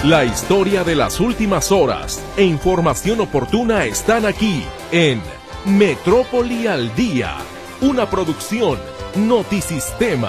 La historia de las últimas horas e información oportuna están aquí en Metrópoli al Día, una producción Notisistema.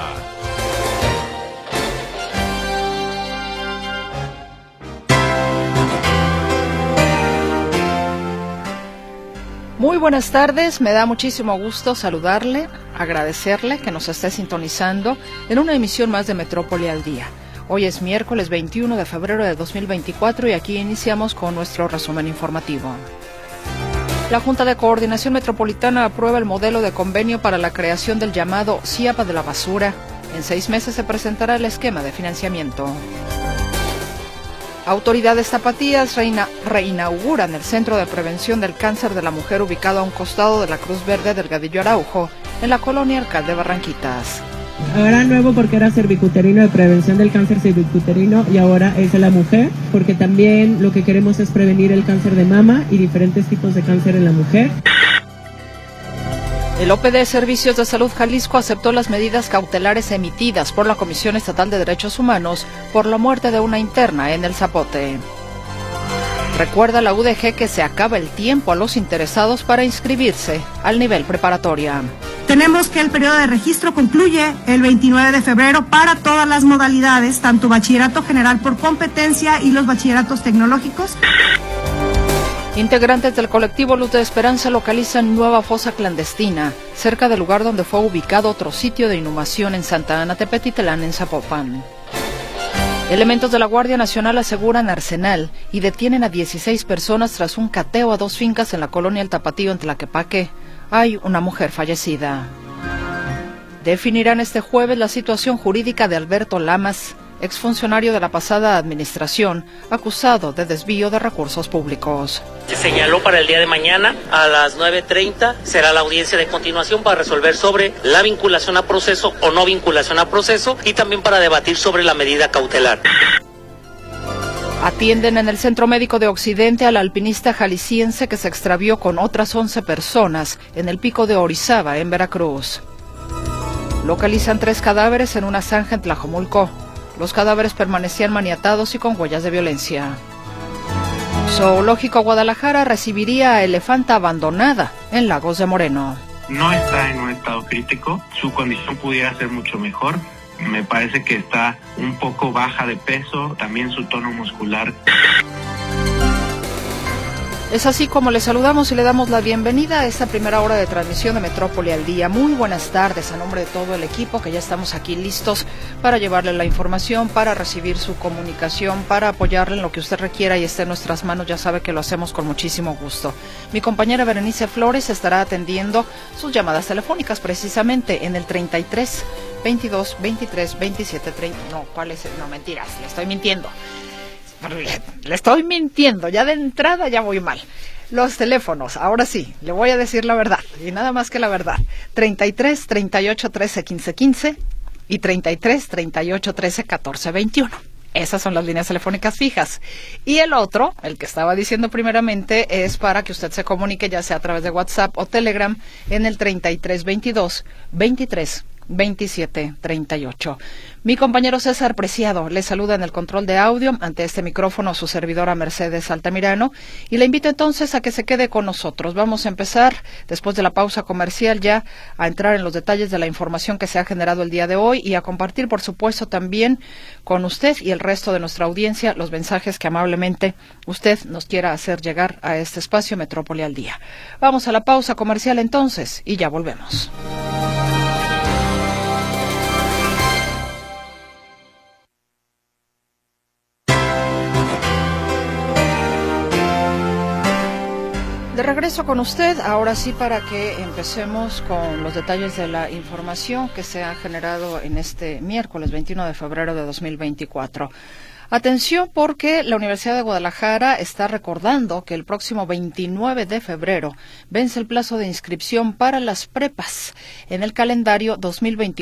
Muy buenas tardes, me da muchísimo gusto saludarle, agradecerle que nos esté sintonizando en una emisión más de Metrópoli al Día. Hoy es miércoles 21 de febrero de 2024 y aquí iniciamos con nuestro resumen informativo. La Junta de Coordinación Metropolitana aprueba el modelo de convenio para la creación del llamado CIAPA de la basura. En 6 meses se presentará el esquema de financiamiento. Autoridades tapatías reinauguran el Centro de Prevención del Cáncer de la Mujer ubicado a un costado de la Cruz Verde Delgadillo Araujo, en la colonia Alcalde Barranquitas. Ahora nuevo porque era cervicuterino de prevención del cáncer cervicuterino y ahora es de la mujer, porque también lo que queremos es prevenir el cáncer de mama y diferentes tipos de cáncer en la mujer. El OPD Servicios de Salud Jalisco aceptó las medidas cautelares emitidas por la Comisión Estatal de Derechos Humanos por la muerte de una interna en El Zapote. Recuerda la UDG que se acaba el tiempo a los interesados para inscribirse al nivel preparatoria. Tenemos que el periodo de registro concluye el 29 de febrero para todas las modalidades, tanto bachillerato general por competencia y los bachilleratos tecnológicos. Integrantes del colectivo Luz de Esperanza localizan nueva fosa clandestina, cerca del lugar donde fue ubicado otro sitio de inhumación en Santa Ana Tepetitlán, en Zapopan. Elementos de la Guardia Nacional aseguran arsenal y detienen a 16 personas tras un cateo a 2 fincas en la colonia El Tapatío, en Tlaquepaque. Hay una mujer fallecida. Definirán este jueves la situación jurídica de Alberto Lamas, exfuncionario de la pasada administración, acusado de desvío de recursos públicos. Se señaló para el día de mañana a las 9:30 será la audiencia de continuación para resolver sobre la vinculación a proceso o no vinculación a proceso y también para debatir sobre la medida cautelar. Atienden en el Centro Médico de Occidente al alpinista jalisciense que se extravió con otras 11 personas en el pico de Orizaba, en Veracruz. Localizan 3 cadáveres en una zanja en Tlajomulco. Los cadáveres permanecían maniatados y con huellas de violencia. Zoológico Guadalajara recibiría a elefanta abandonada en Lagos de Moreno. No está en un estado crítico, su condición pudiera ser mucho mejor. Me parece que está un poco baja de peso, también su tono muscular. Es así como le saludamos y le damos la bienvenida a esta primera hora de transmisión de Metrópoli al Día. Muy buenas tardes a nombre de todo el equipo que ya estamos aquí listos para llevarle la información, para recibir su comunicación, para apoyarle en lo que usted requiera y esté en nuestras manos. Ya sabe que lo hacemos con muchísimo gusto. Mi compañera Berenice Flores estará atendiendo sus llamadas telefónicas precisamente en el 33 22 23 27 30. No, ¿cuál es? No, mentiras, le estoy mintiendo. Le estoy mintiendo, ya de entrada ya voy mal. Los teléfonos, ahora sí, le voy a decir la verdad, y nada más que la verdad. 33 38 13 15 15 y 33 38 13 14 21. Esas son las líneas telefónicas fijas. Y el otro, el que estaba diciendo primeramente, es para que usted se comunique ya sea a través de WhatsApp o Telegram en el 33 22 23 27 38. Mi compañero César Preciado le saluda en el control de audio, ante este micrófono su servidora Mercedes Altamirano, y le invito entonces a que se quede con nosotros. Vamos a empezar, después de la pausa comercial, ya a entrar en los detalles de la información que se ha generado el día de hoy y a compartir, por supuesto, también con usted y el resto de nuestra audiencia los mensajes que amablemente usted nos quiera hacer llegar a este espacio Metrópoli al Día. Vamos a la pausa comercial entonces y ya volvemos. De regreso con usted, ahora sí para que empecemos con los detalles de la información que se ha generado en este miércoles 21 de febrero de 2024. Atención porque la Universidad de Guadalajara está recordando que el próximo 29 de febrero vence el plazo de inscripción para las prepas en el calendario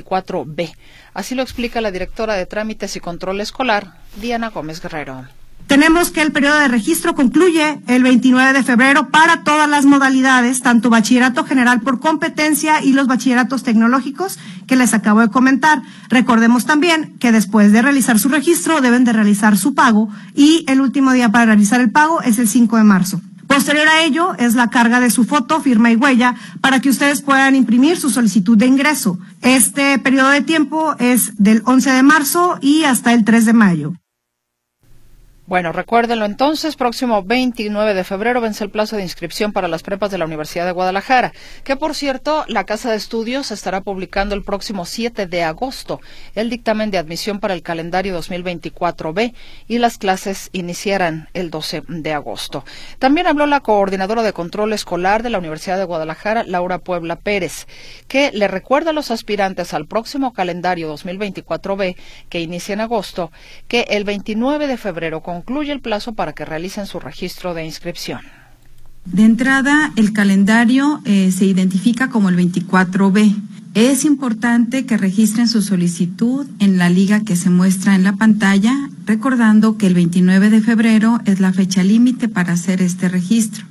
2024B. Así lo explica la directora de Trámites y Control Escolar, Diana Gómez Guerrero. Tenemos que el periodo de registro concluye el 29 de febrero para todas las modalidades, tanto bachillerato general por competencia y los bachilleratos tecnológicos que les acabo de comentar. Recordemos también que después de realizar su registro deben de realizar su pago y el último día para realizar el pago es el 5 de marzo. Posterior a ello es la carga de su foto, firma y huella para que ustedes puedan imprimir su solicitud de ingreso. Este periodo de tiempo es del 11 de marzo y hasta el 3 de mayo. Bueno, recuérdenlo entonces, próximo 29 de febrero vence el plazo de inscripción para las prepas de la Universidad de Guadalajara, que por cierto, la Casa de Estudios estará publicando el próximo 7 de agosto el dictamen de admisión para el calendario 2024B y las clases iniciarán el 12 de agosto. También habló la coordinadora de control escolar de la Universidad de Guadalajara, Laura Puebla Pérez, que le recuerda a los aspirantes al próximo calendario 2024B, que inicia en agosto, que el 29 de febrero concluye el plazo para que realicen su registro de inscripción. De entrada, el calendario se identifica como el 24B. Es importante que registren su solicitud en la liga que se muestra en la pantalla, recordando que el 29 de febrero es la fecha límite para hacer este registro.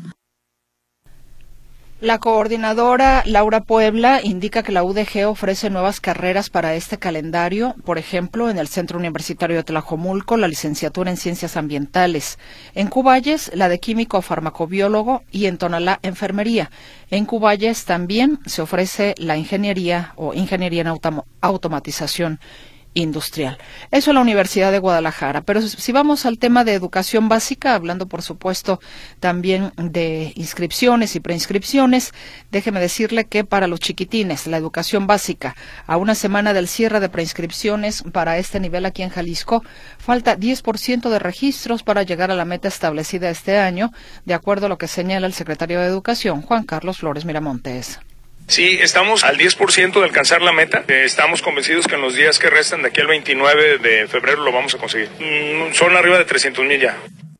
La coordinadora Laura Puebla indica que la UDG ofrece nuevas carreras para este calendario, por ejemplo, en el Centro Universitario de Tlajomulco, la licenciatura en Ciencias Ambientales, en Cuballes, la de Químico Farmacobiólogo y en Tonalá, Enfermería. En Cuballes también se ofrece la Ingeniería o Ingeniería en Automatización Industrial. Eso es la Universidad de Guadalajara. Pero si vamos al tema de educación básica, hablando por supuesto también de inscripciones y preinscripciones, déjeme decirle que para los chiquitines, la educación básica, a una semana del cierre de preinscripciones para este nivel aquí en Jalisco, falta 10% de registros para llegar a la meta establecida este año, de acuerdo a lo que señala el secretario de Educación, Juan Carlos Flores Miramontes. Sí, estamos al 10% de alcanzar la meta. Estamos convencidos que en los días que restan de aquí al 29 de febrero lo vamos a conseguir. Son arriba de 300,000 ya.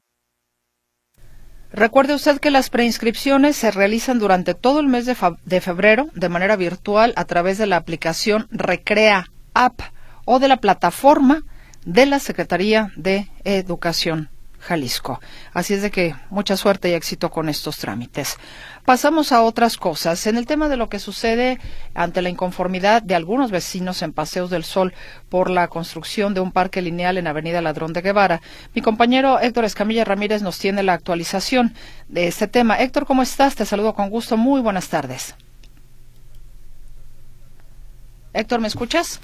Recuerde usted que las preinscripciones se realizan durante todo el mes de febrero de manera virtual a través de la aplicación Recrea App o de la plataforma de la Secretaría de Educación Jalisco. Así es de que mucha suerte y éxito con estos trámites. Pasamos a otras cosas. En el tema de lo que sucede ante la inconformidad de algunos vecinos en Paseos del Sol por la construcción de un parque lineal en Avenida Ladrón de Guevara, mi compañero Héctor Escamilla Ramírez nos tiene la actualización de este tema. Héctor, ¿cómo estás? Te saludo con gusto. Muy buenas tardes. Héctor, ¿me escuchas?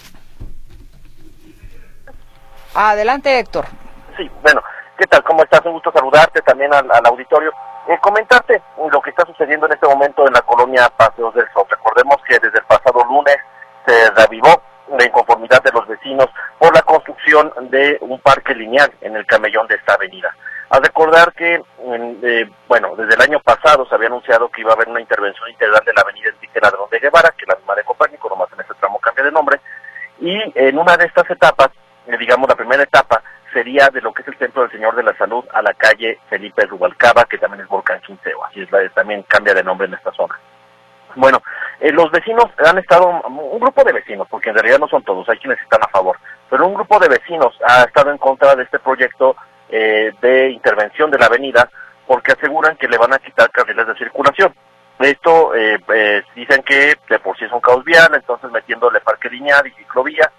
Adelante, Héctor. Sí, bueno, ¿qué tal? ¿Cómo estás? Un gusto saludarte también al auditorio. Comentarte lo que está sucediendo en este momento en la colonia Paseos del Sol. Recordemos que desde el pasado lunes se reavivó la inconformidad de los vecinos por la construcción de un parque lineal en el camellón de esta avenida. Al recordar que, desde el año pasado se había anunciado que iba a haber una intervención integral de la avenida Enrique Ladrón de Guevara, que es la misma de Copérnico, nomás en este tramo cambia de nombre, y en una de estas etapas, la primera etapa, sería de lo que es el Templo del Señor de la Salud a la calle Felipe Rubalcaba, que también es Volcán Quinceo, así es, también cambia de nombre en esta zona. Bueno, los vecinos han estado, un grupo de vecinos, porque en realidad no son todos, hay quienes están a favor, pero un grupo de vecinos ha estado en contra de este proyecto de intervención de la avenida, porque aseguran que le van a quitar carriles de circulación. Esto dicen que de por sí es un caos vial, entonces metiéndole parque lineal y ciclovía,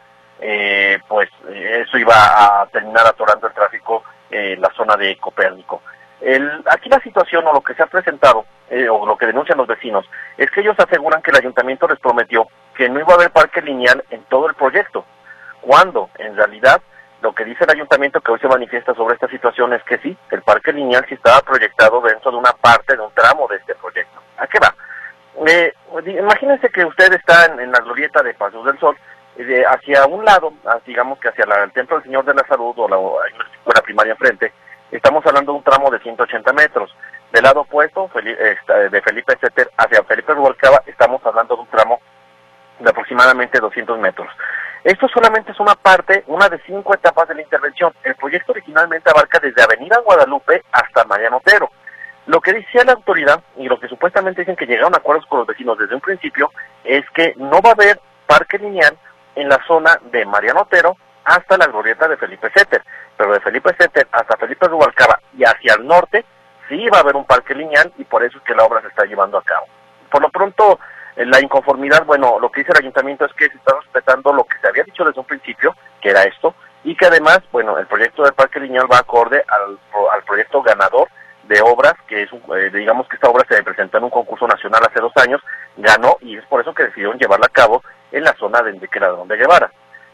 eso iba a terminar atorando el tráfico en la zona de Copérnico. Aquí la situación o lo que se ha presentado, o lo que denuncian los vecinos, es que ellos aseguran que el ayuntamiento les prometió que no iba a haber parque lineal en todo el proyecto, cuando en realidad lo que dice el ayuntamiento que hoy se manifiesta sobre esta situación es que sí, el parque lineal sí estaba proyectado dentro de una parte, de un tramo de este proyecto. ¿A qué va? Imagínense que usted está en la glorieta de Paseos del Sol, hacia un lado, digamos que hacia el Templo del Señor de la Salud o la escuela primaria enfrente, estamos hablando de un tramo de 180 metros. Del lado opuesto, de Felipe Setter hacia Felipe Rubalcaba, estamos hablando de un tramo de aproximadamente 200 metros. Esto solamente es una parte, una de 5 etapas de la intervención. El proyecto originalmente abarca desde Avenida Guadalupe hasta Mariano Otero. Lo que decía la autoridad, y lo que supuestamente dicen que llegaron a acuerdos con los vecinos desde un principio, es que no va a haber parque lineal en la zona de Mariano Otero hasta la glorieta de Felipe Setter, pero de Felipe VII hasta Felipe Rubalcaba y hacia el norte sí va a haber un parque lineal y por eso es que la obra se está llevando a cabo. Por lo pronto, la inconformidad, bueno, lo que dice el ayuntamiento es que se está respetando lo que se había dicho desde un principio, que era esto, y que además, bueno, el proyecto del parque lineal va acorde al proyecto ganador de obras, que es, digamos que esta obra se presentó en un concurso nacional hace 2 años, ganó, y es por eso que decidieron llevarla a cabo en la zona de Enrique Ladrón de Guevara.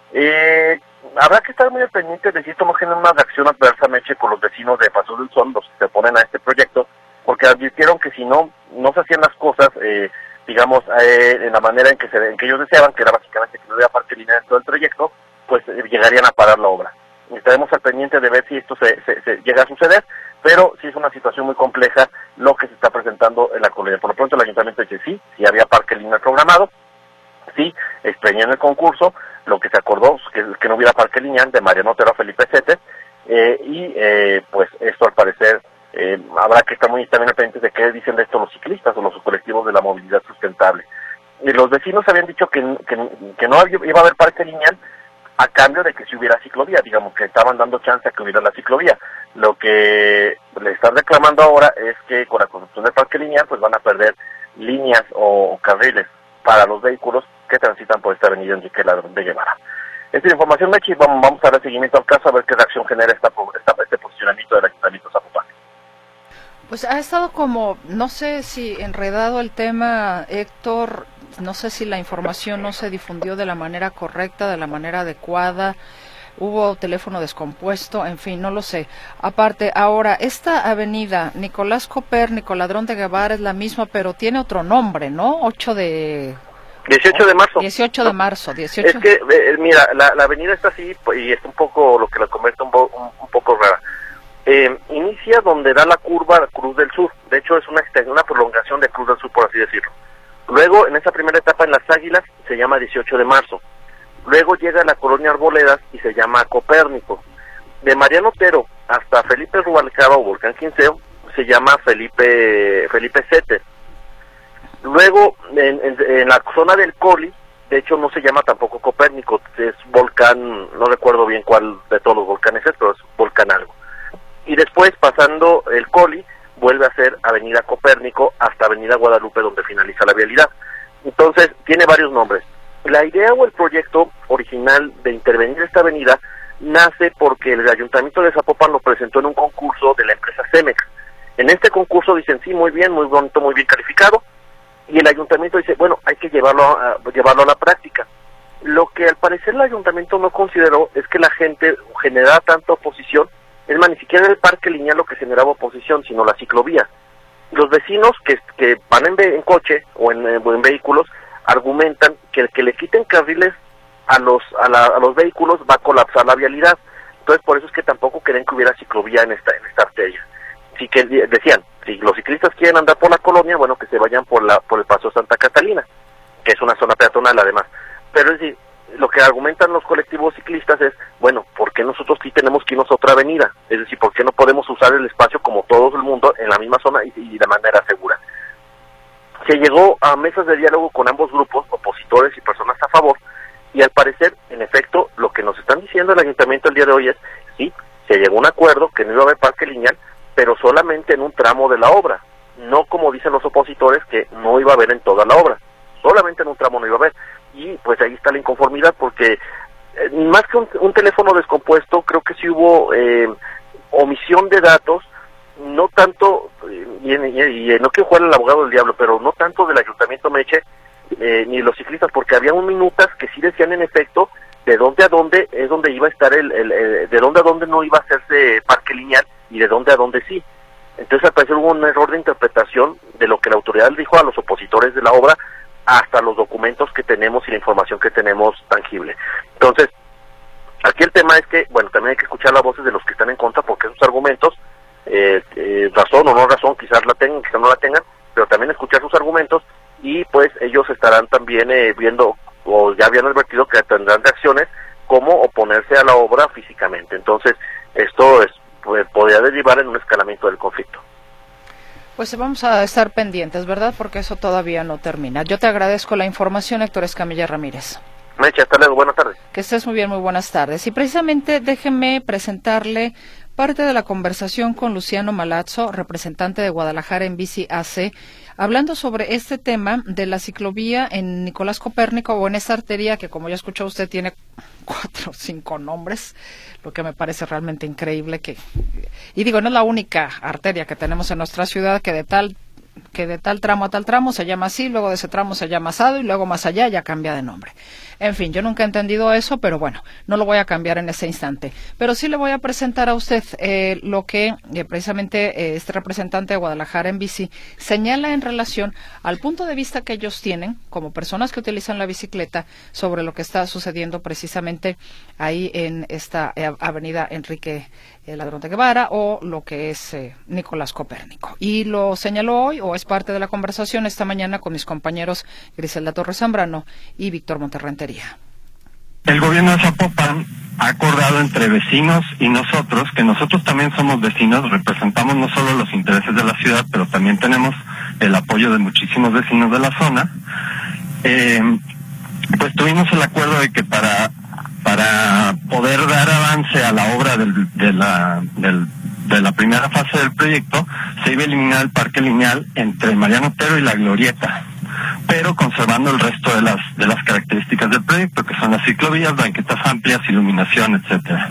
Habrá que estar muy al pendiente de si esto no genera una reacción adversa, Meche, con los vecinos de Paso del Sol, los que se oponen a este proyecto, porque advirtieron que si no se hacían las cosas, digamos, en la manera en que ellos deseaban, que era básicamente que no hubiera parque lineal en todo el trayecto, pues llegarían a parar la obra. Estaremos al pendiente de ver si esto se llega a suceder, pero sí es una situación muy compleja lo que se está presentando en la colonia. Por lo pronto el ayuntamiento dice sí había parque lineal programado, sí extrañan el concurso, lo que se acordó que no hubiera parque lineal de Mariano Otero a Felipe VII, pues esto al parecer habrá que estar muy también al pendiente de qué dicen de esto los ciclistas o los colectivos de la movilidad sustentable. Y los vecinos habían dicho que no iba a haber parque lineal a cambio de que si hubiera ciclovía, digamos que estaban dando chance a que hubiera la ciclovía. Lo que le están reclamando ahora es que con la construcción del parque lineal pues van a perder líneas o carriles para los vehículos que transitan por esta avenida Enrique Ladrón de Guevara. Esta es la información, Mechi, vamos a dar seguimiento al caso a ver qué reacción genera este posicionamiento del Ayuntamiento de Zapopan. Pues ha estado como, no sé si enredado el tema, Héctor, no sé si la información no se difundió de la manera correcta, de la manera adecuada, hubo teléfono descompuesto, en fin, no lo sé. Aparte, ahora, esta avenida Nicolás Copérnico, Ladrón de Guevara, es la misma, pero tiene otro nombre, ¿no? 18 de marzo. 18 de marzo. Es que, mira, la avenida está así, y es un poco lo que la convierte un poco rara. Inicia donde da la curva Cruz del Sur, de hecho es una prolongación de Cruz del Sur, por así decirlo. Luego, en esa primera etapa en Las Águilas, se llama 18 de marzo. Luego llega a la colonia Arboledas y se llama Copérnico. De Mariano Otero hasta Felipe Rubalcaba o Volcán Quinceo se llama Felipe VII. Luego, en la zona del Coli, de hecho no se llama tampoco Copérnico, es volcán, no recuerdo bien cuál de todos los volcanes es, pero es volcán algo. Y después, pasando el Coli, vuelve a ser Avenida Copérnico hasta Avenida Guadalupe, donde finaliza la vialidad. Entonces, tiene varios nombres. La idea o el proyecto original de intervenir esta avenida nace porque el Ayuntamiento de Zapopan lo presentó en un concurso de la empresa Cemex. En este concurso dicen, sí, muy bien, muy bonito, muy bien calificado, y el Ayuntamiento dice, bueno, hay que llevarlo a la práctica. Lo que al parecer el Ayuntamiento no consideró es que la gente generaba tanta oposición. Es más, ni siquiera el parque lineal lo que generaba oposición, sino la ciclovía. Los vecinos que van en coche o en vehículos argumentan que el que le quiten carriles a los vehículos va a colapsar la vialidad. Entonces, por eso es que tampoco querían que hubiera ciclovía en esta arteria. Sí que decían, si los ciclistas quieren andar por la colonia, bueno, que se vayan por el Paso Santa Catalina, que es una zona peatonal además. Pero es decir, lo que argumentan los colectivos ciclistas es, bueno, ¿por qué nosotros sí tenemos que irnos a otra avenida? Es decir, ¿por qué no podemos usar el espacio como todo el mundo en la misma zona y de manera segura? Se llegó a mesas de diálogo con ambos grupos, opositores y personas a favor, y al parecer, en efecto, lo que nos están diciendo el Ayuntamiento el día de hoy es, sí, se llegó a un acuerdo que no iba a haber parque lineal, pero solamente en un tramo de la obra, no como dicen los opositores que no iba a haber en toda la obra, solamente en un tramo no iba a haber. Y pues ahí está la inconformidad, porque más que un teléfono descompuesto, creo que sí hubo omisión de datos, no tanto, y no quiero jugar al abogado del diablo, pero no tanto del Ayuntamiento Meche, ni los ciclistas, porque había un minutas que sí decían en efecto de dónde a dónde es donde iba a estar de dónde a dónde no iba a hacerse parque lineal y de dónde a dónde sí. Entonces al parecer hubo un error de interpretación de lo que la autoridad dijo a los opositores de la obra, hasta los documentos que tenemos y la información que tenemos tangible. Entonces, aquí el tema es que, bueno, también hay que escuchar las voces de los que están en contra, porque esos argumentos, razón o no razón, quizás la tengan, quizás no la tengan, pero también escuchar sus argumentos, y pues ellos estarán también viendo, o ya habían advertido que tendrán reacciones, como oponerse a la obra físicamente. Entonces, esto podría derivar en un escalamiento del conflicto. Pues vamos a estar pendientes, ¿verdad? Porque eso todavía no termina. Yo te agradezco la información, Héctor Escamilla Ramírez. Meche, hasta luego, buenas tardes. Que estés muy bien, muy buenas tardes. Y precisamente déjeme presentarle parte de la conversación con Luciano Malazzo, representante de Guadalajara en Bici AC, hablando sobre este tema de la ciclovía en Nicolás Copérnico, o en esta arteria que, como ya escuchó usted, tiene 4 o 5 nombres, lo que me parece realmente increíble y digo, no es la única arteria que tenemos en nuestra ciudad que de tal tramo a tal tramo se llama así, luego de ese tramo se llama asado y luego más allá ya cambia de nombre. En fin, yo nunca he entendido eso, pero bueno, no lo voy a cambiar en ese instante. Pero sí le voy a presentar a usted lo que precisamente este representante de Guadalajara en Bici señala en relación al punto de vista que ellos tienen como personas que utilizan la bicicleta sobre lo que está sucediendo precisamente ahí en esta avenida Enrique Ladrón de Guevara o lo que es Nicolás Copérnico. Y lo señaló hoy, o es parte de la conversación esta mañana con mis compañeros Griselda Torres Zambrano y Víctor Monterrentería. El gobierno de Zapopan ha acordado entre vecinos y nosotros, que nosotros también somos vecinos, representamos no solo los intereses de la ciudad, pero también tenemos el apoyo de muchísimos vecinos de la zona, pues tuvimos el acuerdo de que para poder dar avance a la obra de la primera fase del proyecto, se iba a eliminar el parque lineal entre Mariano Otero y La Glorieta, pero conservando el resto de las características del proyecto, que son las ciclovías, banquetas amplias, iluminación, etcétera.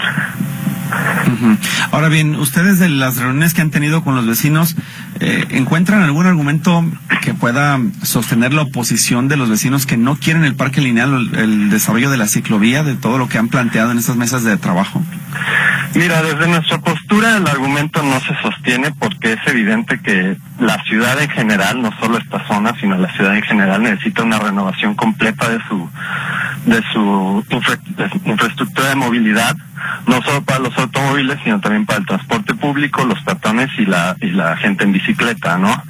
Ahora bien, ustedes de las reuniones que han tenido con los vecinos, ¿encuentran algún argumento que pueda sostener la oposición de los vecinos que no quieren el parque lineal, el desarrollo de la ciclovía, de todo lo que han planteado en estas mesas de trabajo? Mira, desde nuestra postura el argumento no se sostiene porque es evidente que la ciudad en general, no solo esta zona, sino la ciudad en general necesita una renovación completa de su infraestructura de movilidad, no solo para los automóviles, sino también para el transporte público, los peatones y la gente en bicicleta, ¿no?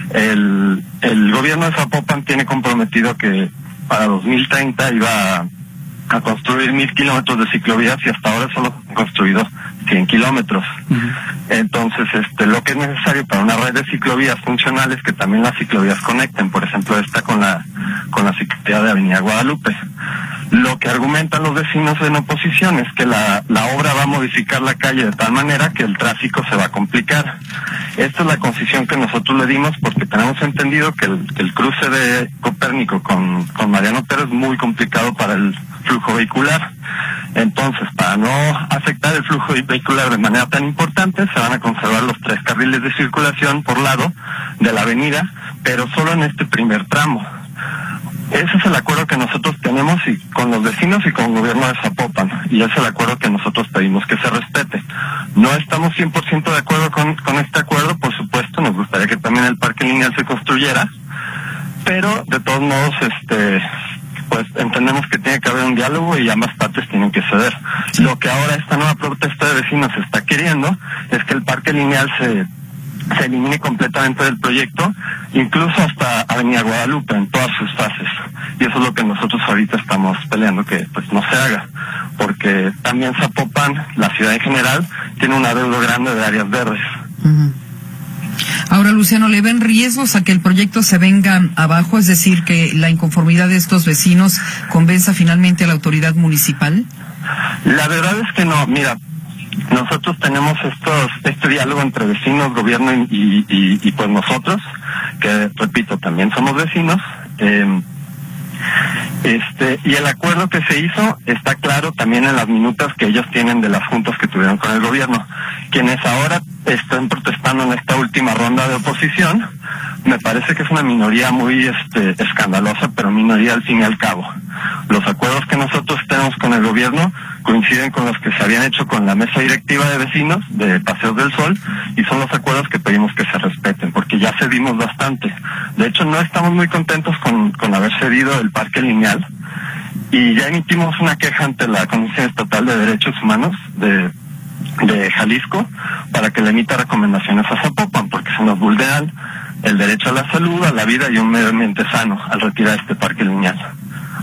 El gobierno de Zapopan tiene comprometido que para 2030 iba a construir 1,000 kilómetros de ciclovías y hasta ahora solo han construido 100 kilómetros. Entonces, lo que es necesario para una red de ciclovías funcionales es que también las ciclovías conecten, por ejemplo, esta con la ciclovía de Avenida Guadalupe. Lo que argumentan los vecinos en oposición es que la obra va a modificar la calle de tal manera que el tráfico se va a complicar. Esta es la concesión que nosotros le dimos porque tenemos entendido que el cruce de Copérnico con Mariano Otero es muy complicado para el flujo vehicular. Entonces, para no afectar el flujo vehicular de manera tan importante, se van a conservar los 3 carriles de circulación por lado de la avenida, pero solo en este primer tramo. Ese es el acuerdo que nosotros tenemos y con los vecinos y con el gobierno de Zapopan, y es el acuerdo que nosotros pedimos que se respete. No estamos 100% de acuerdo con este acuerdo, por supuesto, nos gustaría que también el parque lineal se construyera, pero de todos modos, pues entendemos que tiene que haber un diálogo y ambas partes tienen que ceder. Lo que ahora esta nueva protesta de vecinos está queriendo es que el parque lineal se elimine completamente del proyecto, incluso hasta Avenida Guadalupe en todas sus fases. Y eso es lo que nosotros ahorita estamos peleando, que pues no se haga, porque también Zapopan, la ciudad en general, tiene un adeudo grande de áreas verdes. Ahora, Luciano, ¿le ven riesgos a que el proyecto se venga abajo? Es decir, que la inconformidad de estos vecinos convenza finalmente a la autoridad municipal. La verdad es que no. Mira, nosotros tenemos este diálogo entre vecinos, gobierno y pues nosotros, que repito, también somos vecinos. Y el acuerdo que se hizo está claro también en las minutas que ellos tienen de las juntas que tuvieron con el gobierno. Quienes ahora están protestando en esta última ronda de oposición, me parece que es una minoría muy escandalosa, pero minoría al fin y al cabo. Los acuerdos que nosotros tenemos con el gobierno coinciden con los que se habían hecho con la mesa directiva de vecinos de Paseos del Sol, y son los acuerdos que pedimos que se respeten, porque ya cedimos bastante. De hecho, no estamos muy contentos con haber cedido el parque lineal, y ya emitimos una queja ante la Comisión Estatal de Derechos Humanos de Jalisco para que le emita recomendaciones a Zapopan, porque se nos vulneran el derecho a la salud, a la vida y un medio ambiente sano al retirar este parque lineal.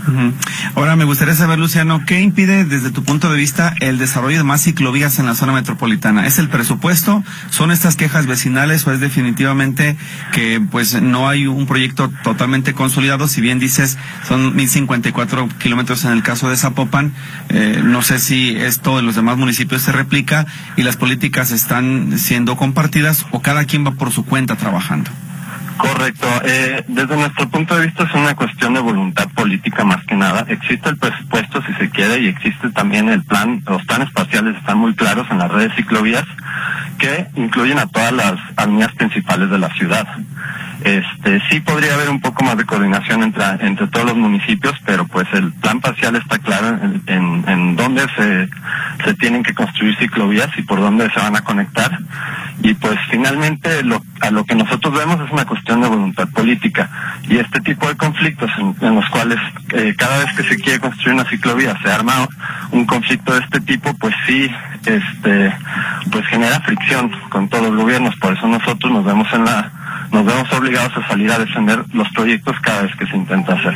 Ahora me gustaría saber, Luciano, ¿qué impide desde tu punto de vista el desarrollo de más ciclovías en la zona metropolitana? ¿Es el presupuesto? ¿Son estas quejas vecinales o es definitivamente que pues no hay un proyecto totalmente consolidado? Si bien dices son 1054 kilómetros en el caso de Zapopan, no sé si esto en los demás municipios se replica y las políticas están siendo compartidas o cada quien va por su cuenta trabajando. Correcto. Desde nuestro punto de vista es una cuestión de voluntad política más que nada. Existe el presupuesto si se quiere y existe también el plan. Los planes parciales están muy claros en las redes ciclovías que incluyen a todas las avenidas principales de la ciudad. Sí podría haber un poco más de coordinación entre todos los municipios, pero pues el plan parcial está claro en dónde se tienen que construir ciclovías y por dónde se van a conectar. Y pues finalmente a lo que nosotros vemos es una cuestión de voluntad política. Y este tipo de conflictos en los cuales cada vez que se quiere construir una ciclovía se arma un conflicto de este tipo, pues sí, pues genera fricción con todos los gobiernos. Por eso nosotros nos vemos obligados a salir a defender los proyectos cada vez que se intenta hacer.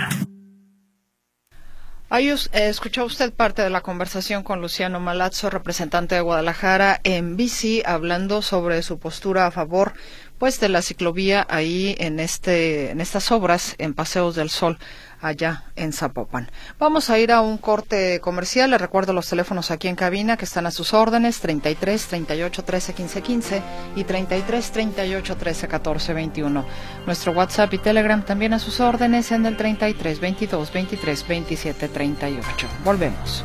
Escuchó usted parte de la conversación con Luciano Malazzo, representante de Guadalajara en bici, hablando sobre su postura a favor pues de la ciclovía ahí en estas obras en Paseos del Sol, allá en Zapopan. Vamos a ir a un corte comercial. Les recuerdo los teléfonos aquí en cabina que están a sus órdenes, 33 38 13 15 15 y 33 38 13 14 21. Nuestro WhatsApp y Telegram también a sus órdenes en el 33 22 23 27 38. Volvemos.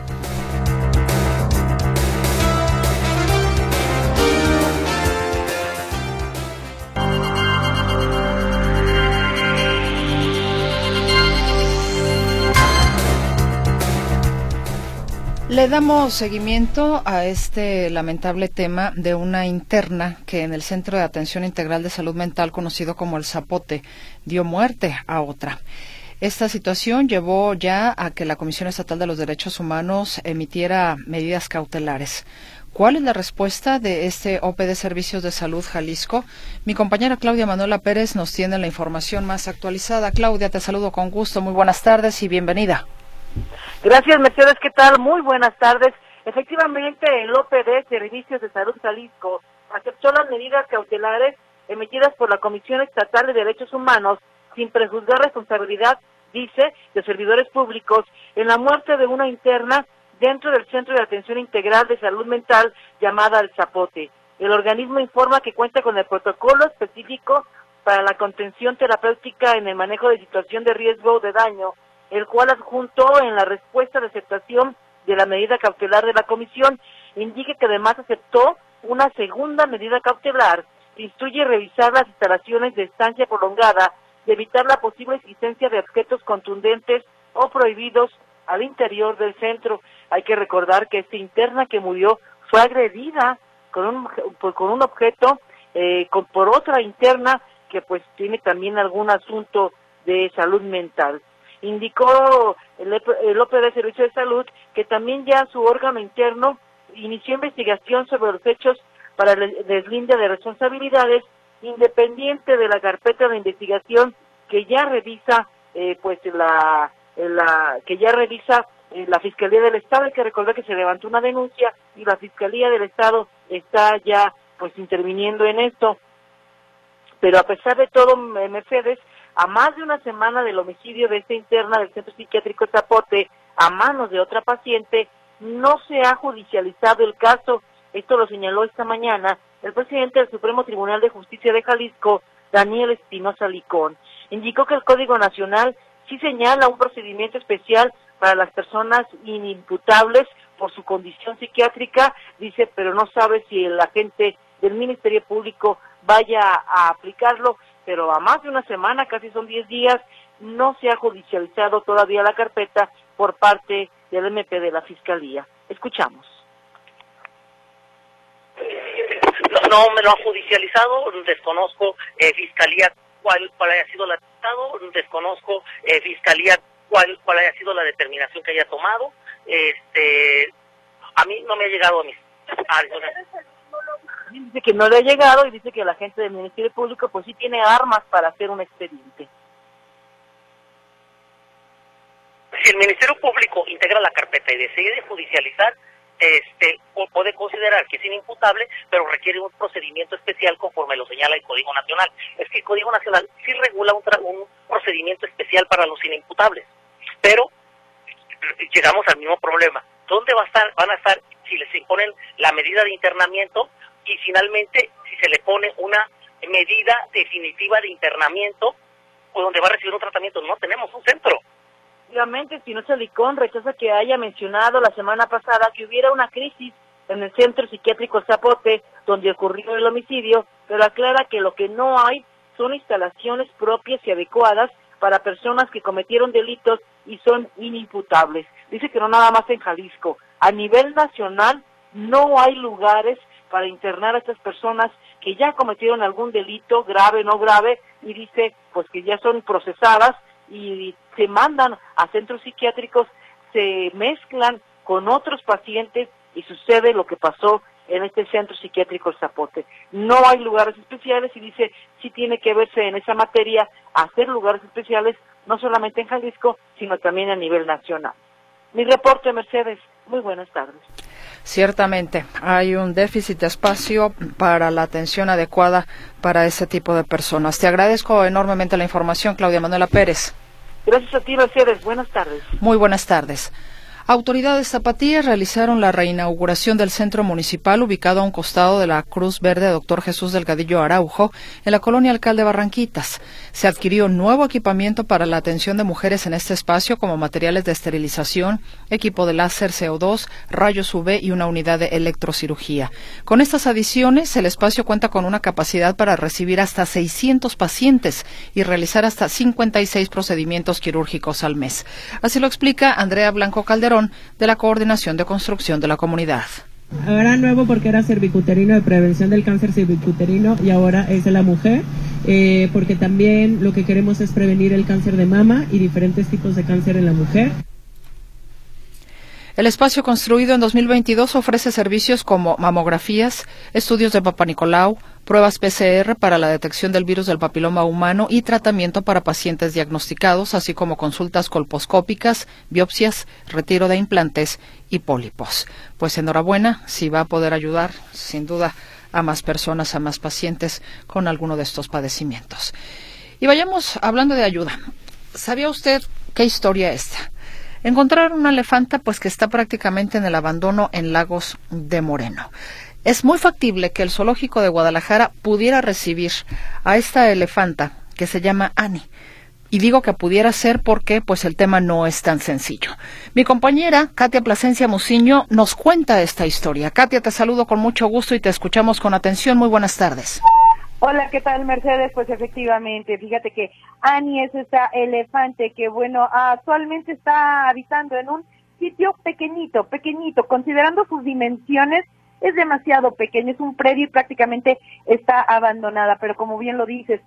Le damos seguimiento a este lamentable tema de una interna que en el Centro de Atención Integral de Salud Mental, conocido como El Zapote, dio muerte a otra. Esta situación llevó ya a que la Comisión Estatal de los Derechos Humanos emitiera medidas cautelares. ¿Cuál es la respuesta de este OPD Servicios de Salud Jalisco? Mi compañera Claudia Manuela Pérez nos tiene la información más actualizada. Claudia, te saludo con gusto. Muy buenas tardes y bienvenida. Gracias, Mercedes. ¿Qué tal? Muy buenas tardes. Efectivamente, el OPD Servicios de Salud Jalisco aceptó las medidas cautelares emitidas por la Comisión Estatal de Derechos Humanos sin prejuzgar responsabilidad, dice, de servidores públicos en la muerte de una interna dentro del Centro de Atención Integral de Salud Mental llamada El Zapote. El organismo informa que cuenta con el protocolo específico para la contención terapéutica en el manejo de situación de riesgo o de daño, el cual adjuntó en la respuesta de aceptación de la medida cautelar de la comisión. Indica que además aceptó una segunda medida cautelar que instruye revisar las instalaciones de estancia prolongada y evitar la posible existencia de objetos contundentes o prohibidos al interior del centro. Hay que recordar que esta interna que murió fue agredida con un objeto por otra interna que pues tiene también algún asunto de salud mental. Indicó el OPD Servicio de Salud que también ya su órgano interno inició investigación sobre los hechos para el deslinde de responsabilidades independiente de la carpeta de investigación que ya revisa la Fiscalía del Estado. Hay que recordar que se levantó una denuncia y la Fiscalía del Estado está ya pues interviniendo en esto. Pero a pesar de todo, Mercedes, a más de una semana del homicidio de esta interna del Centro Psiquiátrico Zapote a manos de otra paciente, no se ha judicializado el caso. Esto lo señaló esta mañana el presidente del Supremo Tribunal de Justicia de Jalisco, Daniel Espinosa Licón. Indicó que el Código Nacional sí señala un procedimiento especial para las personas inimputables por su condición psiquiátrica, dice, pero no sabe si el agente del Ministerio Público vaya a aplicarlo, pero a más de una semana, casi son 10 días, no se ha judicializado todavía la carpeta por parte del MP de la Fiscalía. Escuchamos. No me lo han judicializado, desconozco Fiscalía cuál haya sido el atestado, desconozco Fiscalía cuál haya sido la determinación que haya tomado. A mí no me ha llegado a mis... Dice que no le ha llegado y dice que la gente del Ministerio Público pues sí tiene armas para hacer un expediente. Si el Ministerio Público integra la carpeta y decide judicializar, puede considerar que es inimputable, pero requiere un procedimiento especial conforme lo señala el Código Nacional. Es que el Código Nacional sí regula un procedimiento especial para los inimputables, pero llegamos al mismo problema. ¿Dónde van a estar si les imponen la medida de internamiento y finalmente si se le pone una medida definitiva de internamiento o donde va a recibir un tratamiento? No tenemos un centro. Efectivamente, Espinosa Licón rechaza que haya mencionado la semana pasada que hubiera una crisis en el Centro Psiquiátrico Zapote, donde ocurrió el homicidio, pero aclara que lo que no hay son instalaciones propias y adecuadas para personas que cometieron delitos y son inimputables. Dice que no nada más en Jalisco, a nivel nacional no hay lugares para internar a estas personas que ya cometieron algún delito, grave, no grave, y dice pues que ya son procesadas y se mandan a centros psiquiátricos, se mezclan con otros pacientes y sucede lo que pasó en este centro psiquiátrico Zapote. No hay lugares especiales y dice sí tiene que verse en esa materia hacer lugares especiales, no solamente en Jalisco, sino también a nivel nacional. Mi reporte, Mercedes. Muy buenas tardes. Ciertamente, hay un déficit de espacio para la atención adecuada para ese tipo de personas. Te agradezco enormemente la información, Claudia Manuela Pérez. Gracias a ti, Mercedes. Buenas tardes. Muy buenas tardes. Autoridades zapatíes realizaron la reinauguración del centro municipal ubicado a un costado de la Cruz Verde Dr. Jesús Delgadillo Araujo en la colonia Alcalde Barranquitas. Se adquirió nuevo equipamiento para la atención de mujeres en este espacio como materiales de esterilización, equipo de láser CO2, rayos UV y una unidad de electrocirugía. Con estas adiciones, el espacio cuenta con una capacidad para recibir hasta 600 pacientes y realizar hasta 56 procedimientos quirúrgicos al mes. Así lo explica Andrea Blanco Calderón, de la Coordinación de Construcción de la Comunidad. Ahora nuevo porque era cervicuterino de prevención del cáncer cervicuterino y ahora es de la mujer, porque también lo que queremos es prevenir el cáncer de mama y diferentes tipos de cáncer en la mujer. El espacio construido en 2022 ofrece servicios como mamografías, estudios de Papa Nicolau, pruebas PCR para la detección del virus del papiloma humano y tratamiento para pacientes diagnosticados, así como consultas colposcópicas, biopsias, retiro de implantes y pólipos. Pues enhorabuena, si va a poder ayudar, sin duda, a más personas, a más pacientes con alguno de estos padecimientos. Y vayamos hablando de ayuda. ¿Sabía usted qué historia esta? Encontraron una elefanta pues que está prácticamente en el abandono en Lagos de Moreno. Es muy factible que el zoológico de Guadalajara pudiera recibir a esta elefanta que se llama Annie. Y digo que pudiera ser porque pues el tema no es tan sencillo. Mi compañera Katia Plasencia Muciño nos cuenta esta historia. Katia, te saludo con mucho gusto y te escuchamos con atención. Muy buenas tardes. Hola, ¿qué tal, Mercedes? Pues efectivamente, fíjate que Annie es esta elefante que, bueno, actualmente está habitando en un sitio pequeñito, considerando sus dimensiones, es demasiado pequeño, es un predio y prácticamente está abandonada, pero como bien lo dices,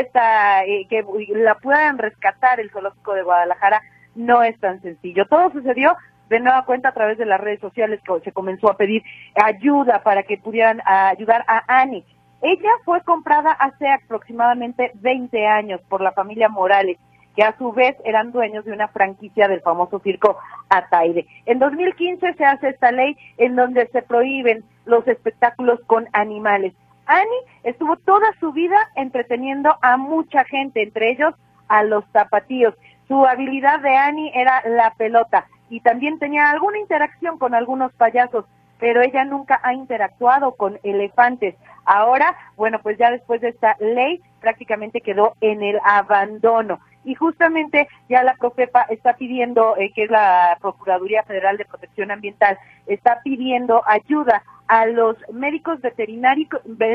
que la puedan rescatar el Zoológico de Guadalajara no es tan sencillo. Todo sucedió de nueva cuenta a través de las redes sociales, que se comenzó a pedir ayuda para que pudieran ayudar a Annie. Ella fue comprada hace aproximadamente 20 años por la familia Morales, que a su vez eran dueños de una franquicia del famoso circo Ataide. En 2015 se hace esta ley en donde se prohíben los espectáculos con animales. Annie estuvo toda su vida entreteniendo a mucha gente, entre ellos a los tapatíos. Su habilidad de Annie era la pelota y también tenía alguna interacción con algunos payasos, pero ella nunca ha interactuado con elefantes. Ahora, bueno, pues ya después de esta ley prácticamente quedó en el abandono. Y justamente ya la Profepa está pidiendo, que es la Procuraduría Federal de Protección Ambiental, está pidiendo ayuda a los médicos veterinarios,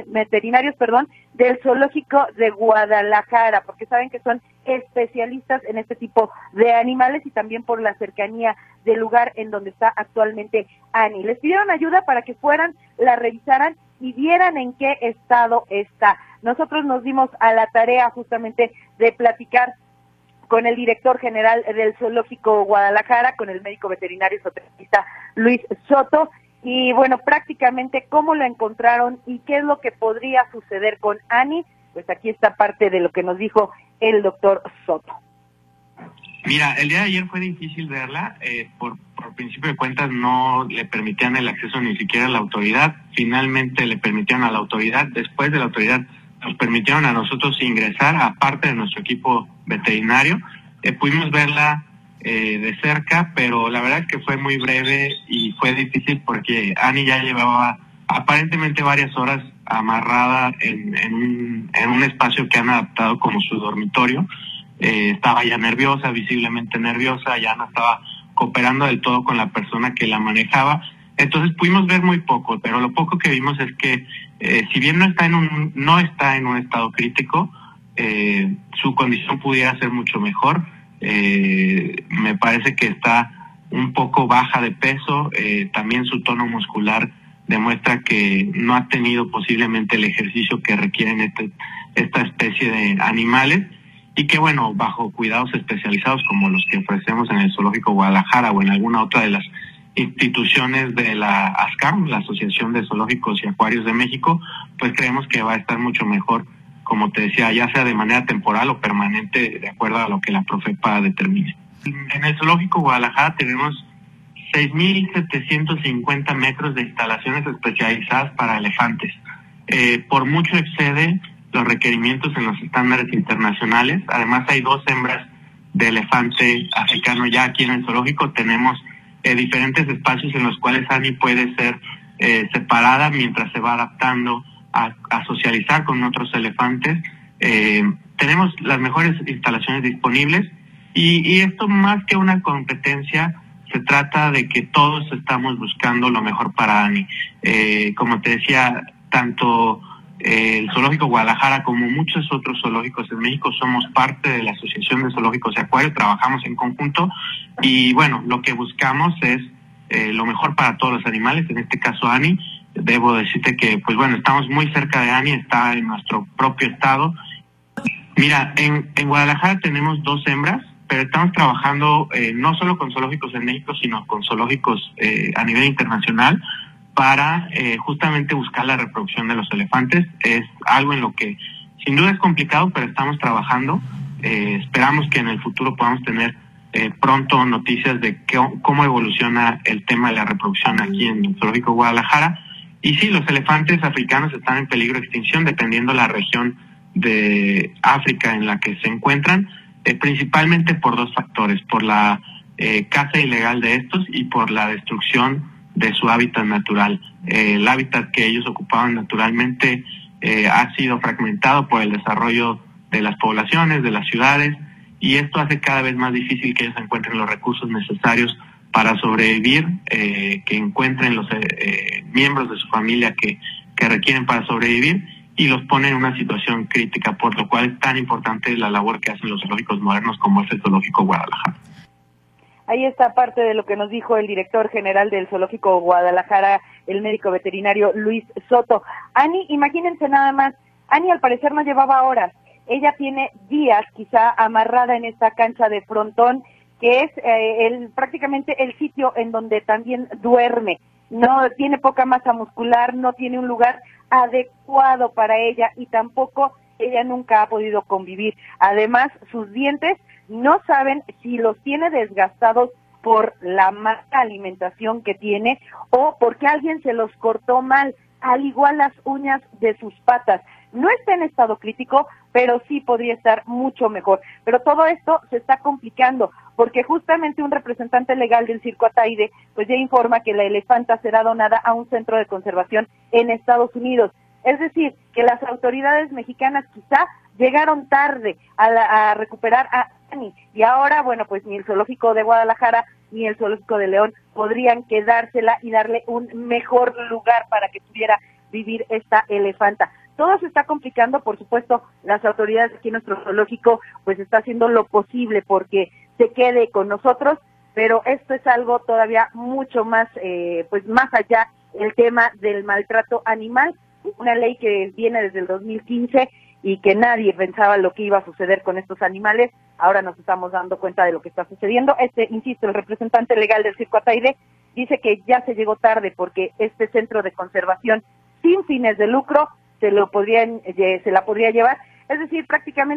del Zoológico de Guadalajara, porque saben que son especialistas en este tipo de animales y también por la cercanía del lugar en donde está actualmente Annie. Les pidieron ayuda para que fueran, la revisaran y vieran en qué estado está. Nosotros nos dimos a la tarea justamente de platicar con el director general del Zoológico Guadalajara, con el médico veterinario zootecnista Luis Soto, y bueno, prácticamente cómo la encontraron y qué es lo que podría suceder con Annie. Pues aquí está parte de lo que nos dijo el doctor Soto. Mira, el día de ayer fue difícil verla, por principio de cuentas no le permitían el acceso ni siquiera a la autoridad, finalmente le permitieron a la autoridad, después de la autoridad nos permitieron a nosotros ingresar, aparte de nuestro equipo veterinario, pudimos verla de cerca, pero la verdad es que fue muy breve y fue difícil porque Annie ya llevaba aparentemente varias horas amarrada en un espacio que han adaptado como su dormitorio. Estaba ya nerviosa, visiblemente nerviosa, ya no estaba cooperando del todo con la persona que la manejaba. Entonces pudimos ver muy poco, pero lo poco que vimos es que si bien no está en un estado crítico, su condición pudiera ser mucho mejor. Me parece que está un poco baja de peso, también su tono muscular demuestra que no ha tenido posiblemente el ejercicio que requieren esta especie de animales, y que bueno, bajo cuidados especializados como los que ofrecemos en el Zoológico Guadalajara o en alguna otra de las instituciones de la ASCAM, la Asociación de Zoológicos y Acuarios de México, pues creemos que va a estar mucho mejor, como te decía, ya sea de manera temporal o permanente, de acuerdo a lo que la Profepa determine. En el Zoológico Guadalajara tenemos 6.750 metros de instalaciones especializadas para elefantes. Por mucho excede los requerimientos en los estándares internacionales. Además hay 2 hembras de elefante africano ya aquí en el zoológico. Tenemos diferentes espacios en los cuales Annie puede ser separada mientras se va adaptando a socializar con otros elefantes. Tenemos las mejores instalaciones disponibles y esto, más que una competencia, se trata de que todos estamos buscando lo mejor para Annie. Como te decía, tanto el Zoológico Guadalajara como muchos otros zoológicos en México somos parte de la Asociación de Zoológicos y Acuarios, trabajamos en conjunto y bueno, lo que buscamos es lo mejor para todos los animales, en este caso Annie. Debo decirte que pues bueno, estamos muy cerca de Annie, está en nuestro propio estado. Mira, en Guadalajara tenemos 2 hembras, pero estamos trabajando no solo con zoológicos en México, sino con zoológicos a nivel internacional para justamente buscar la reproducción de los elefantes. Es algo en lo que sin duda es complicado, pero estamos trabajando. Esperamos que en el futuro podamos tener pronto noticias de cómo evoluciona el tema de la reproducción aquí en el Zoológico Guadalajara. Y sí, los elefantes africanos están en peligro de extinción dependiendo la región de África en la que se encuentran, principalmente por 2 factores, por la caza ilegal de estos y por la destrucción de su hábitat natural. El hábitat que ellos ocupaban naturalmente ha sido fragmentado por el desarrollo de las poblaciones, de las ciudades, y esto hace cada vez más difícil que ellos encuentren los recursos necesarios para sobrevivir, que encuentren los miembros de su familia que requieren para sobrevivir, y los pone en una situación crítica, por lo cual es tan importante la labor que hacen los zoológicos modernos como es el Zoológico Guadalajara. Ahí está parte de lo que nos dijo el director general del Zoológico Guadalajara, el médico veterinario Luis Soto. Annie, imagínense nada más, Annie al parecer no llevaba horas, ella tiene días quizá amarrada en esta cancha de frontón, que es prácticamente el sitio en donde también duerme. No tiene poca masa muscular, no tiene un lugar adecuado para ella y tampoco ella nunca ha podido convivir. Además, sus dientes no saben si los tiene desgastados por la mala alimentación que tiene o porque alguien se los cortó mal, al igual las uñas de sus patas. No está en estado crítico, pero sí podría estar mucho mejor. Pero todo esto se está complicando porque justamente un representante legal del Circo Ataide pues ya informa que la elefanta será donada a un centro de conservación en Estados Unidos. Es decir, que las autoridades mexicanas quizá llegaron tarde a recuperar a Annie y ahora, bueno, pues ni el Zoológico de Guadalajara ni el Zoológico de León podrían quedársela y darle un mejor lugar para que pudiera vivir esta elefanta. Todo se está complicando, por supuesto, las autoridades aquí en nuestro zoológico pues está haciendo lo posible porque se quede con nosotros, pero esto es algo todavía mucho más, pues más allá el tema del maltrato animal, una ley que viene desde el 2015 y que nadie pensaba lo que iba a suceder con estos animales. Ahora nos estamos dando cuenta de lo que está sucediendo. Insisto, el representante legal del Circo Ataide dice que ya se llegó tarde porque este centro de conservación sin fines de lucro se la podría llevar. Es decir, prácticamente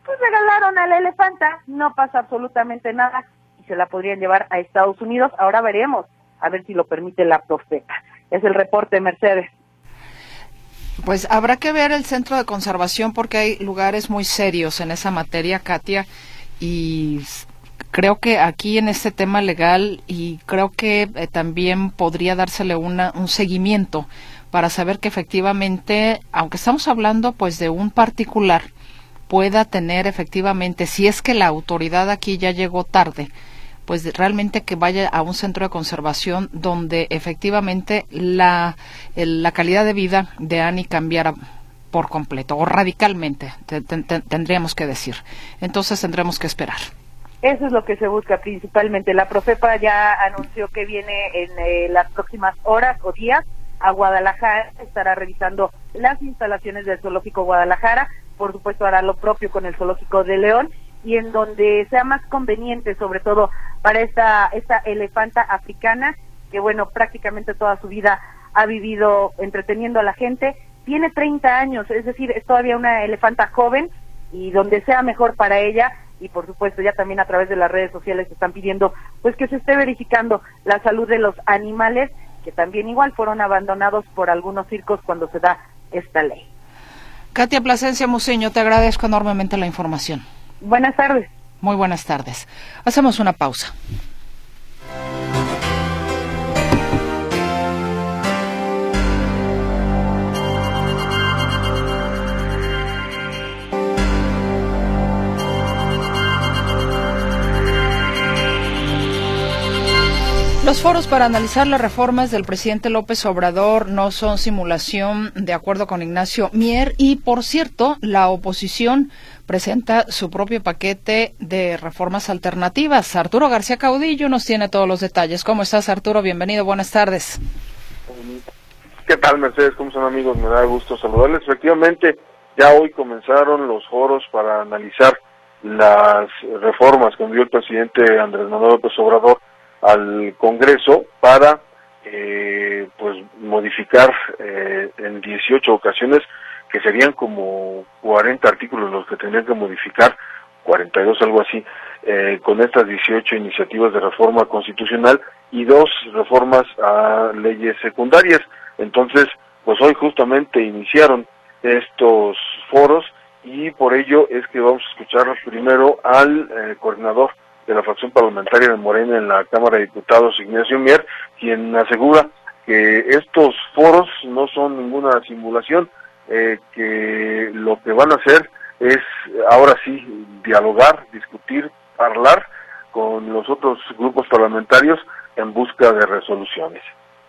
pues regalaron a la elefanta, no pasa absolutamente nada y se la podrían llevar a Estados Unidos. Ahora veremos, a ver si lo permite la Profepa. Es el reporte, Mercedes. Pues habrá que ver el centro de conservación porque hay lugares muy serios en esa materia, Katia, y creo que aquí en este tema legal y creo que también podría dársele un seguimiento para saber que efectivamente, aunque estamos hablando pues de un particular, pueda tener efectivamente, si es que la autoridad aquí ya llegó tarde, pues realmente que vaya a un centro de conservación donde efectivamente la calidad de vida de Annie cambiara por completo o radicalmente, tendríamos que decir. Entonces tendremos que esperar. Eso es lo que se busca principalmente. La Profepa ya anunció que viene en las próximas horas o días a Guadalajara, estará revisando las instalaciones del Zoológico Guadalajara, por supuesto hará lo propio con el Zoológico de León, y en donde sea más conveniente, sobre todo para esta elefanta africana, que bueno, prácticamente toda su vida ha vivido entreteniendo a la gente, tiene 30 años, es decir, es todavía una elefanta joven, y donde sea mejor para ella, y por supuesto ya también a través de las redes sociales están pidiendo pues que se esté verificando la salud de los animales, que también igual fueron abandonados por algunos circos cuando se da esta ley. Katia Plasencia Museño, te agradezco enormemente la información. Buenas tardes. Muy buenas tardes. Hacemos una pausa. Los foros para analizar las reformas del presidente López Obrador no son simulación, de acuerdo con Ignacio Mier, y por cierto, la oposición presenta su propio paquete de reformas alternativas. Arturo García Caudillo nos tiene todos los detalles. ¿Cómo estás, Arturo? Bienvenido, buenas tardes. ¿Qué tal, Mercedes? ¿Cómo están, amigos? Me da gusto saludarles. Efectivamente, ya hoy comenzaron los foros para analizar las reformas que envió el presidente Andrés Manuel López Obrador al Congreso para pues modificar en 18 ocasiones, que serían como 40 artículos los que tendrían que modificar, 42, algo así, con estas 18 iniciativas de reforma constitucional y 2 reformas a leyes secundarias. Entonces, pues hoy justamente iniciaron estos foros y por ello es que vamos a escuchar primero al coordinador de la fracción parlamentaria de Morena en la Cámara de Diputados, Ignacio Mier, quien asegura que estos foros no son ninguna simulación, que lo que van a hacer es ahora sí dialogar, discutir, hablar con los otros grupos parlamentarios en busca de resoluciones.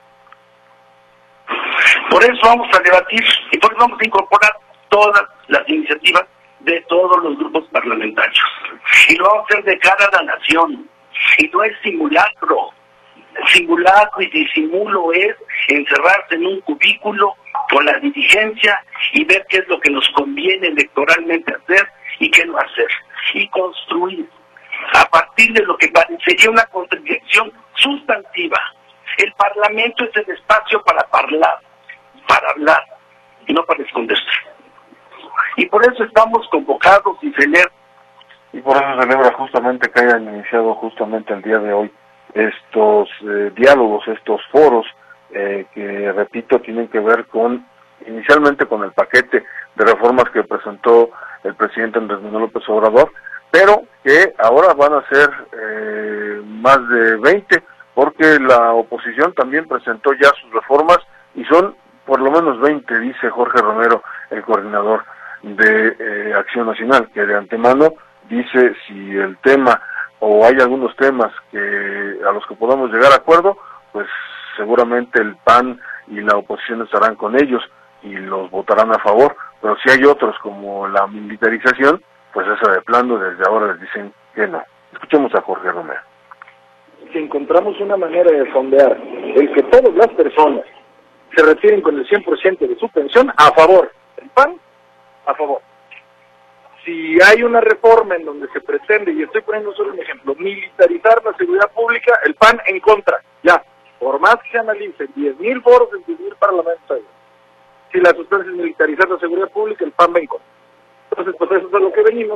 Por eso vamos a debatir y por eso vamos a incorporar todas las iniciativas de todos los grupos parlamentarios. Y lo vamos a hacer de cara a la nación. Y no es simulacro. Simulacro y disimulo es encerrarse en un cubículo con la dirigencia y ver qué es lo que nos conviene electoralmente hacer y qué no hacer. Y construir a partir de lo que parecería una contradicción sustantiva. El Parlamento es el espacio para hablar y no para esconderse. Y por eso estamos convocados y celebro. Y por eso celebra justamente que hayan iniciado justamente el día de hoy estos diálogos, estos foros, que repito, tienen que ver inicialmente con el paquete de reformas que presentó el presidente Andrés Manuel López Obrador, pero que ahora van a ser más de 20, porque la oposición también presentó ya sus reformas y son por lo menos 20, dice Jorge Romero, el coordinador de Acción Nacional, que de antemano dice si el tema o hay algunos temas a los que podamos llegar a acuerdo, pues seguramente el PAN y la oposición estarán con ellos y los votarán a favor, pero si hay otros como la militarización, pues esa de plano desde ahora les dicen que no. Escuchemos a Jorge Romero. Si encontramos una manera de fondear el que todas las personas se retiren con el 100% de su pensión, a favor. El PAN, a favor. Si hay una reforma en donde se pretende, y estoy poniendo solo un ejemplo, militarizar la seguridad pública, el PAN en contra, ya. Por más que se analicen 10.000 foros en 10.000 parlamentos, si la sustancia es militarizar la seguridad pública, el PAN va en contra. Entonces, pues eso es a lo que venimos,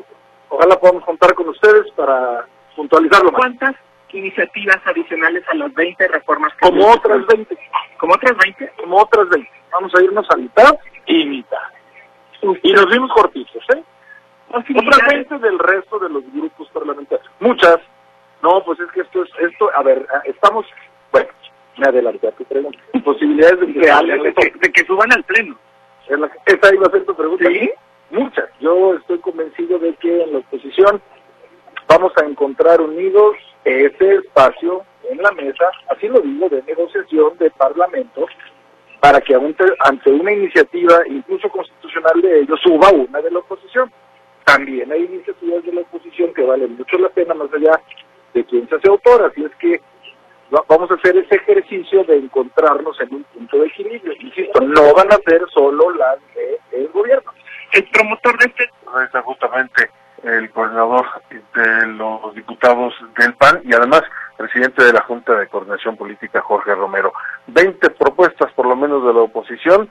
ojalá podamos contar con ustedes para puntualizarlo más. ¿Cuántas iniciativas adicionales a las 20 reformas? Como otras 20. ¿Como otras 20? Como otras 20. Vamos a irnos a mitad y mitad. Y nos vimos cortitos, ¿eh? Otras 20 del resto de los grupos parlamentarios. Muchas. No, pues es que esto, a ver, estamos, bueno, me adelanté a tu pregunta. Posibilidades de que suban al pleno. Esa iba a ser tu pregunta. ¿Sí? Muchas. Yo estoy convencido de que en la oposición vamos a encontrar unidos ese espacio en la mesa, así lo digo, de negociación de parlamento, para que ante una iniciativa, incluso constitucional de ellos, suba una de la oposición. También hay iniciativas de la oposición que valen mucho la pena, más allá de quién se hace autor, así es que vamos a hacer ese ejercicio de encontrarnos en un punto de equilibrio. Insisto, no van a ser solo las del gobierno. El promotor de este... Ahí está justamente el coordinador de los diputados del PAN y además presidente de la Junta de Coordinación Política, Jorge Romero. 20 propuestas por lo menos de la oposición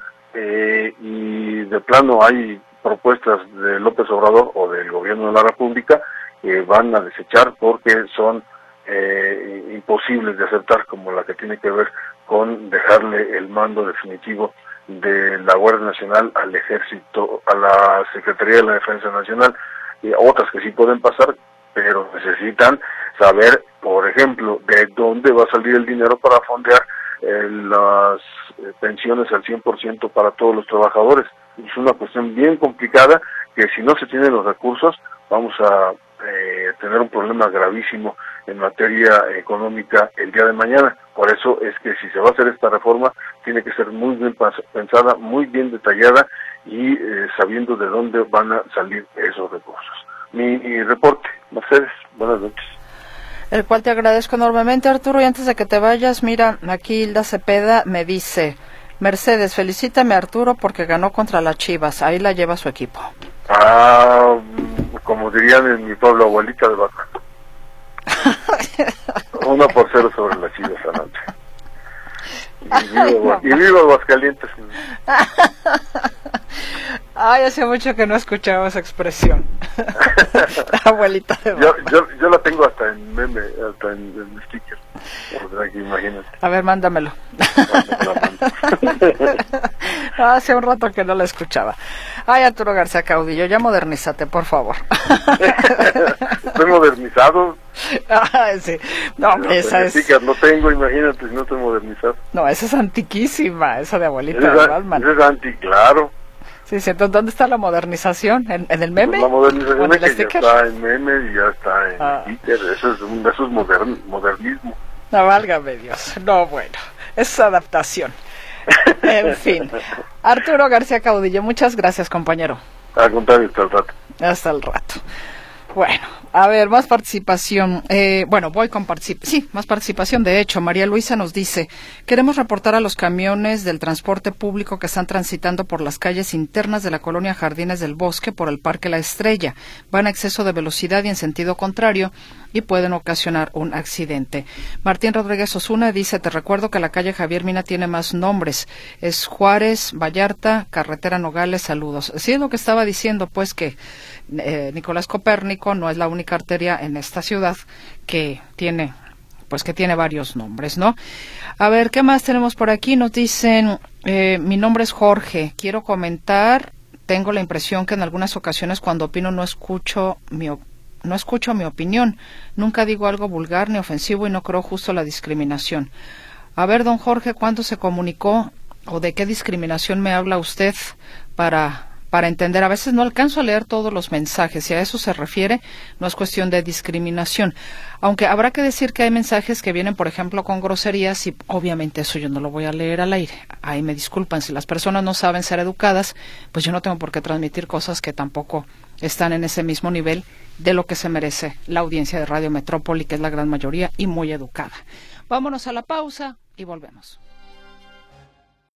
y de plano hay propuestas de López Obrador o del gobierno de la República que van a desechar porque son imposibles de aceptar, como la que tiene que ver con dejarle el mando definitivo de la Guardia Nacional al Ejército, a la Secretaría de la Defensa Nacional, y otras que sí pueden pasar, pero necesitan saber, por ejemplo, de dónde va a salir el dinero para fondear las pensiones al 100% para todos los trabajadores. Es una cuestión bien complicada que si no se tienen los recursos vamos a tener un problema gravísimo en materia económica el día de mañana. Por eso es que si se va a hacer esta reforma tiene que ser muy bien pensada, muy bien detallada y sabiendo de dónde van a salir esos recursos. Mi reporte, Mercedes, buenas noches. El cual te agradezco enormemente, Arturo, y antes de que te vayas, mira, aquí Hilda Cepeda me dice: Mercedes, felicítame a Arturo porque ganó contra las Chivas, ahí la lleva su equipo. Como dirían en mi pueblo, abuelita de vaca. 1-0 sobre las Chivas anoche. Y viva Aguascalientes. Ay, hace mucho que no escuchaba esa expresión. Abuelita de vaca. Yo la tengo hasta en meme, hasta en sticker. O sea, que imagínate. A ver, mándamelo. Hace un rato que no la escuchaba. Ay, Arturo García Caudillo, ya modernízate, por favor. Estoy modernizado. Sí. No, esa es... Sticker no tengo, imagínate si no estoy modernizado. No, esa es antiquísima, esa de abuelita de Batman. Esa es anti, claro. Sí, entonces, ¿dónde está la modernización? ¿En el meme? Pues la modernización es que sticker? Ya está en meme y ya está en sticker. Eso es modernismo. No, válgame Dios. No, bueno, es adaptación. En fin. Arturo García Caudillo, muchas gracias, compañero. Al contrario, hasta el rato. Hasta el rato. Bueno, a ver, más participación. Voy con más participación. De hecho, María Luisa nos dice: queremos reportar a los camiones del transporte público que están transitando por las calles internas de la colonia Jardines del Bosque por el Parque La Estrella. Van a exceso de velocidad y en sentido contrario y pueden ocasionar un accidente. Martín Rodríguez Osuna dice: te recuerdo que la calle Javier Mina tiene más nombres. Es Juárez, Vallarta, Carretera Nogales, saludos. Sí, es lo que estaba diciendo, pues que Nicolás Copérnico no es la única arteria en esta ciudad que tiene varios nombres, ¿no? A ver, ¿qué más tenemos por aquí? Nos dicen, mi nombre es Jorge, quiero comentar, tengo la impresión que en algunas ocasiones cuando opino no escucho mi opinión, nunca digo algo vulgar ni ofensivo y no creo justo la discriminación. A ver, don Jorge, ¿cuándo se comunicó o de qué discriminación me habla usted para entender? A veces no alcanzo a leer todos los mensajes, si a eso se refiere, no es cuestión de discriminación. Aunque habrá que decir que hay mensajes que vienen, por ejemplo, con groserías y obviamente eso yo no lo voy a leer al aire. Ahí me disculpan, si las personas no saben ser educadas, pues yo no tengo por qué transmitir cosas que tampoco están en ese mismo nivel de lo que se merece la audiencia de Radio Metrópoli, que es la gran mayoría y muy educada. Vámonos a la pausa y volvemos.